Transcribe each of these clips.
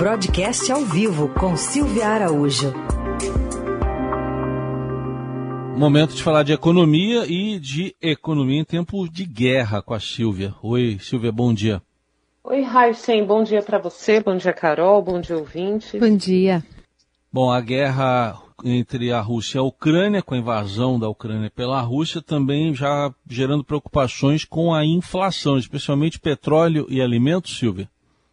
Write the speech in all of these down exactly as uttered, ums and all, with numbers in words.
Broadcast ao vivo com Silvia Araújo. Momento de falar de economia e de economia em tempo de guerra com a Silvia. Oi, Silvia, bom dia. Oi, Raíssen, bom dia para você, bom dia, Carol, bom dia, ouvinte. Bom dia. Bom, a guerra entre a Rússia e a Ucrânia, com a invasão da Ucrânia pela Rússia, também já gerando preocupações com a inflação, especialmente petróleo e alimentos, Silvia.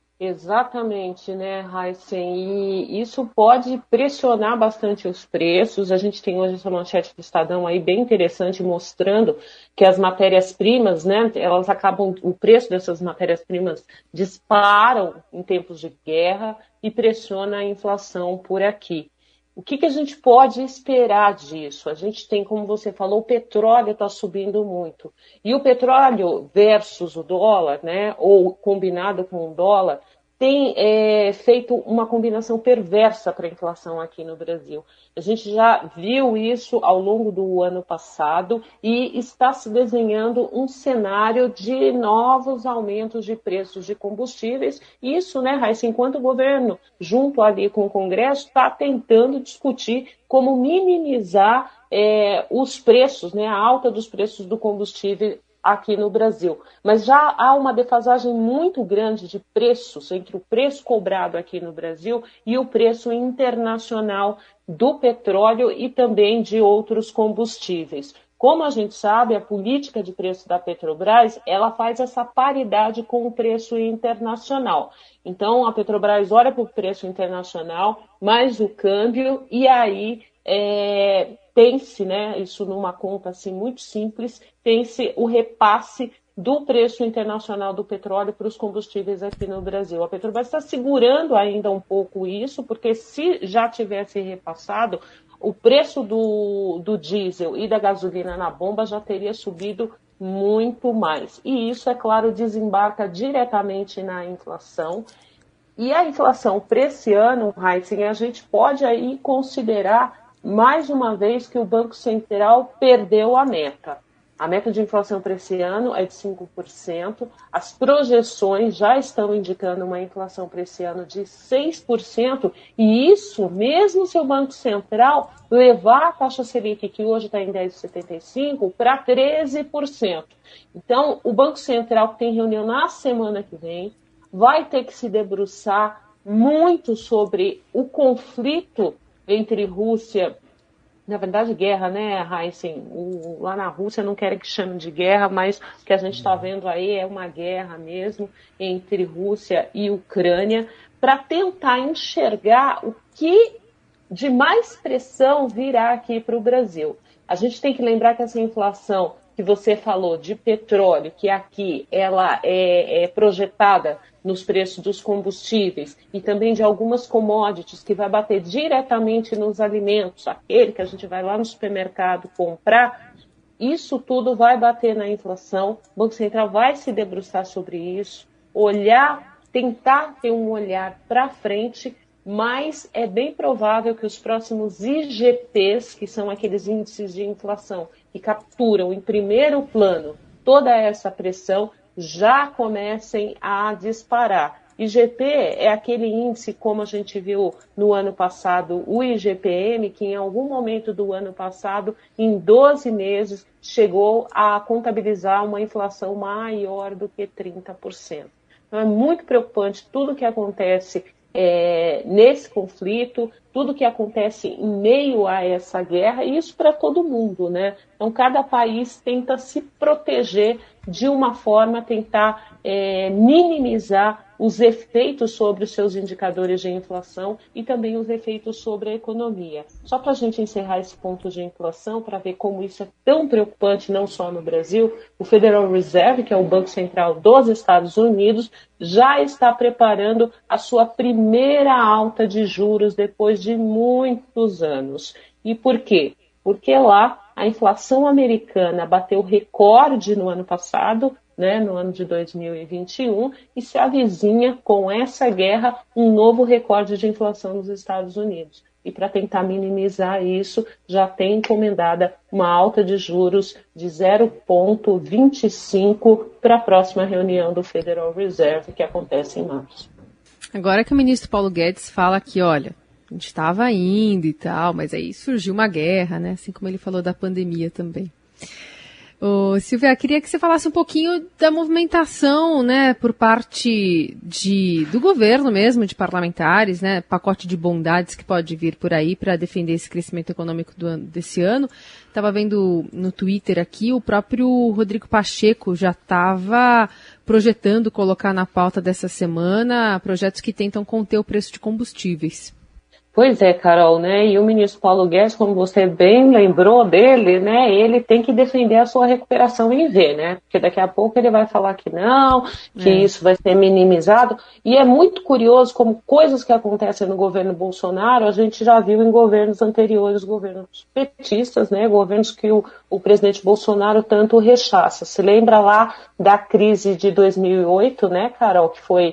Exatamente, né, Raíssen? E isso pode pressionar bastante os preços. A gente tem hoje essa manchete do Estadão aí bem interessante, mostrando que as matérias-primas, né, elas acabam, o preço dessas matérias-primas disparam em tempos de guerra e pressiona a inflação por aqui. O que, que a gente pode esperar disso? A gente tem, como você falou, o petróleo está subindo muito. E o petróleo versus o dólar, né, ou combinado com o dólar, tem é, feito uma combinação perversa para a inflação aqui no Brasil. A gente já viu isso ao longo do ano passado e está se desenhando um cenário de novos aumentos de preços de combustíveis. Isso, né, Raíssa, enquanto o governo, junto ali com o Congresso, está tentando discutir como minimizar é, os preços, né, a alta dos preços do combustível aqui no Brasil. Mas já há uma defasagem muito grande de preços entre o preço cobrado aqui no Brasil e o preço internacional do petróleo e também de outros combustíveis. Como a gente sabe, a política de preço da Petrobras, ela faz essa paridade com o preço internacional. Então, a Petrobras olha para o preço internacional, mais o câmbio, e aí é, tem-se, né, isso numa conta assim, muito simples, tem-se o repasse do preço internacional do petróleo para os combustíveis aqui no Brasil. A Petrobras está segurando ainda um pouco isso, porque se já tivesse repassado, o preço do, do diesel e da gasolina na bomba já teria subido muito mais. E isso, é claro, desembarca diretamente na inflação. E a inflação para esse ano, Raíssen, a gente pode aí considerar mais uma vez que o Banco Central perdeu a meta. A meta de inflação para esse ano é de cinco por cento. As projeções já estão indicando uma inflação para esse ano de seis por cento. E isso, mesmo se o Banco Central levar a taxa Selic, que hoje está em dez vírgula setenta e cinco por cento, para treze por cento. Então, o Banco Central, que tem reunião na semana que vem, vai ter que se debruçar muito sobre o conflito entre Rússia, na verdade guerra, né, Raíssen? O, lá na Rússia não querem que chame de guerra, mas o que a gente está vendo aí é uma guerra mesmo entre Rússia e Ucrânia, para tentar enxergar o que de mais pressão virá aqui para o Brasil. A gente tem que lembrar que essa inflação que você falou de petróleo, que aqui ela é, é projetada nos preços dos combustíveis e também de algumas commodities que vai bater diretamente nos alimentos, aquele que a gente vai lá no supermercado comprar, isso tudo vai bater na inflação. O Banco Central vai se debruçar sobre isso, olhar, tentar ter um olhar para frente, mas é bem provável que os próximos I G Ps, que são aqueles índices de inflação que capturam em primeiro plano toda essa pressão, já comecem a disparar. I G P é aquele índice, como a gente viu no ano passado, o I G P M, que em algum momento do ano passado, em doze meses, chegou a contabilizar uma inflação maior do que trinta por cento. Então é muito preocupante tudo que acontece É, nesse conflito, tudo que acontece em meio a essa guerra, e isso para todo mundo, né? Então, cada país tenta se proteger de uma forma, tentar é, minimizar os efeitos sobre os seus indicadores de inflação e também os efeitos sobre a economia. Só para a gente encerrar esse ponto de inflação, para ver como isso é tão preocupante, não só no Brasil, o Federal Reserve, que é o Banco Central dos Estados Unidos, já está preparando a sua primeira alta de juros depois de muitos anos. E por quê? Porque lá a inflação americana bateu recorde no ano passado, né, no ano de dois mil e vinte e um, e se avizinha com essa guerra um novo recorde de inflação nos Estados Unidos. E para tentar minimizar isso, já tem encomendada uma alta de juros de zero vírgula vinte e cinco para a próxima reunião do Federal Reserve, que acontece em março. Agora que o ministro Paulo Guedes fala que, olha, a gente estava indo e tal, mas aí surgiu uma guerra, né? Assim como ele falou da pandemia também. Ô, Silvia, queria que você falasse um pouquinho da movimentação, né, por parte de, do governo mesmo, de parlamentares, né, pacote de bondades que pode vir por aí para defender esse crescimento econômico do ano, desse ano. Estava vendo no Twitter aqui, o próprio Rodrigo Pacheco já estava projetando colocar na pauta dessa semana projetos que tentam conter o preço de combustíveis. Pois é, Carol, né? E o ministro Paulo Guedes, como você bem lembrou dele, né? Ele tem que defender a sua recuperação em V, né? Porque daqui a pouco ele vai falar que não, que é. isso vai ser minimizado. E é muito curioso como coisas que acontecem no governo Bolsonaro a gente já viu em governos anteriores, governos petistas, né? Governos que o, o presidente Bolsonaro tanto rechaça. Se lembra lá da crise de dois mil e oito, né, Carol, que foi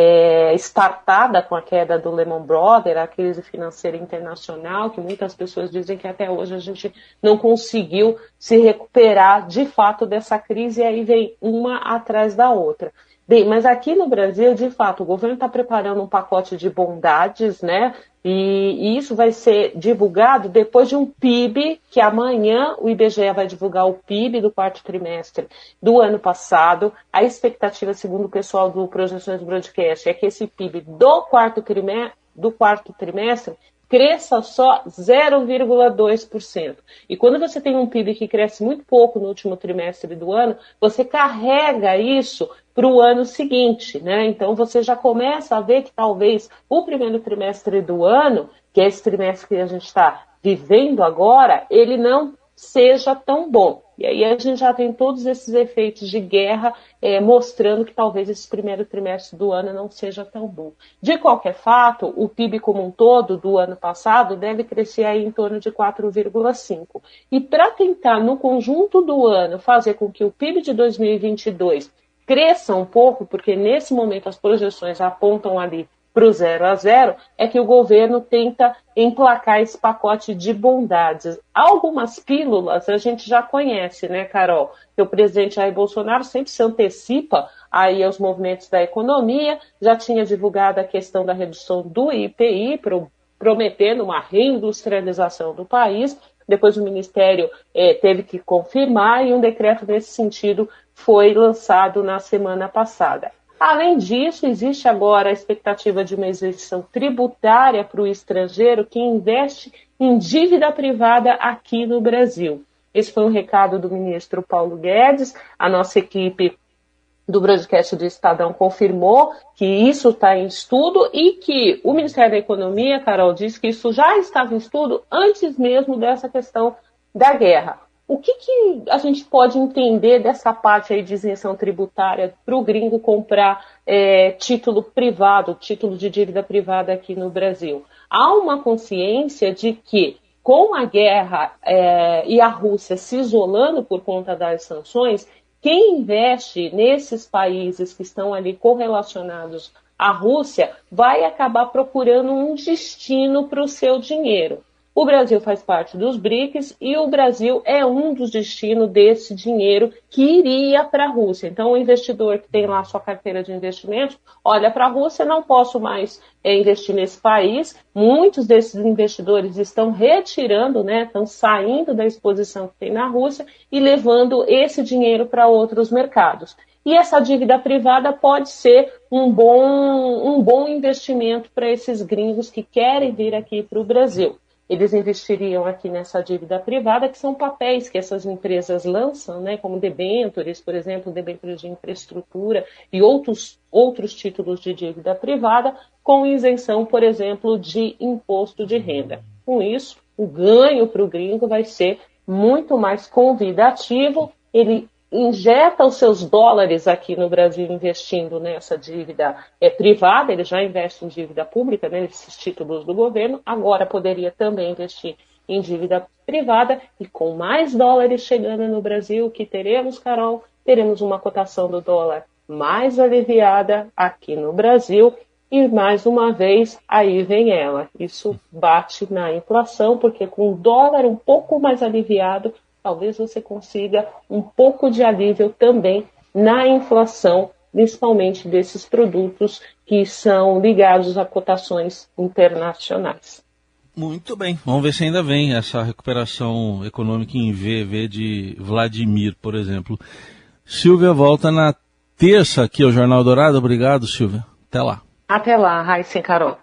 É, startada com a queda do Lehman Brothers, a crise financeira internacional, que muitas pessoas dizem que até hoje a gente não conseguiu se recuperar de fato dessa crise, e aí vem uma atrás da outra. Bem, mas aqui no Brasil, de fato, o governo está preparando um pacote de bondades, né? E, e isso vai ser divulgado depois de um P I B, que amanhã o I B G E vai divulgar o P I B do quarto trimestre do ano passado. A expectativa, segundo o pessoal do Projeções Broadcast, é que esse P I B do quarto trimestre, do quarto trimestre cresça só zero vírgula dois por cento. E quando você tem um P I B que cresce muito pouco no último trimestre do ano, você carrega isso para o ano seguinte, né? Então você já começa a ver que talvez o primeiro trimestre do ano, que é esse trimestre que a gente está vivendo agora, ele não seja tão bom. E aí a gente já tem todos esses efeitos de guerra é, mostrando que talvez esse primeiro trimestre do ano não seja tão bom. De qualquer fato, o P I B como um todo do ano passado deve crescer aí em torno de quatro vírgula cinco por cento. E para tentar, no conjunto do ano, fazer com que o P I B de dois mil e vinte e dois cresça um pouco, porque nesse momento as projeções apontam ali para o zero a zero, é que o governo tenta emplacar esse pacote de bondades. Algumas pílulas a gente já conhece, né, Carol? Que o presidente Jair Bolsonaro sempre se antecipa aí aos movimentos da economia, já tinha divulgado a questão da redução do I P I, pro, prometendo uma reindustrialização do país. Depois o Ministério eh, teve que confirmar e um decreto nesse sentido foi lançado na semana passada. Além disso, existe agora a expectativa de uma isenção tributária para o estrangeiro que investe em dívida privada aqui no Brasil. Esse foi um recado do ministro Paulo Guedes. A nossa equipe do Broadcast do Estadão confirmou que isso está em estudo e que o Ministério da Economia, Carol, disse que isso já estava em estudo antes mesmo dessa questão da guerra. O que, que a gente pode entender dessa parte aí de isenção tributária para o gringo comprar é, título privado, título de dívida privada aqui no Brasil? Há uma consciência de que, com a guerra é, e a Rússia se isolando por conta das sanções, quem investe nesses países que estão ali correlacionados à Rússia vai acabar procurando um destino para o seu dinheiro. O Brasil faz parte dos BRICS e o Brasil é um dos destinos desse dinheiro que iria para a Rússia. Então, o investidor que tem lá sua carteira de investimentos, olha para a Rússia, não posso mais é, investir nesse país. Muitos desses investidores estão retirando, né, estão saindo da exposição que tem na Rússia e levando esse dinheiro para outros mercados. E essa dívida privada pode ser um bom, um bom investimento para esses gringos que querem vir aqui para o Brasil. Eles investiriam aqui nessa dívida privada, que são papéis que essas empresas lançam, né, como debêntures, por exemplo, debêntures de infraestrutura e outros, outros títulos de dívida privada, com isenção, por exemplo, de imposto de renda. Com isso, o ganho para o gringo vai ser muito mais convidativo. Ele injeta os seus dólares aqui no Brasil investindo nessa dívida é, privada, ele já investe em dívida pública, né, nesses títulos do governo, agora poderia também investir em dívida privada e com mais dólares chegando no Brasil, o que teremos, Carol? Teremos uma cotação do dólar mais aliviada aqui no Brasil e, mais uma vez, aí vem ela. Isso bate na inflação, porque com o dólar um pouco mais aliviado, talvez você consiga um pouco de alívio também na inflação principalmente desses produtos que são ligados a cotações internacionais. Muito bem. Vamos ver se ainda vem essa recuperação econômica em V, V de Vladimir, por exemplo. Silvia volta na terça aqui ao Jornal Dourado. Obrigado, Silvia. Até lá. Até lá, Raíssa e Carol.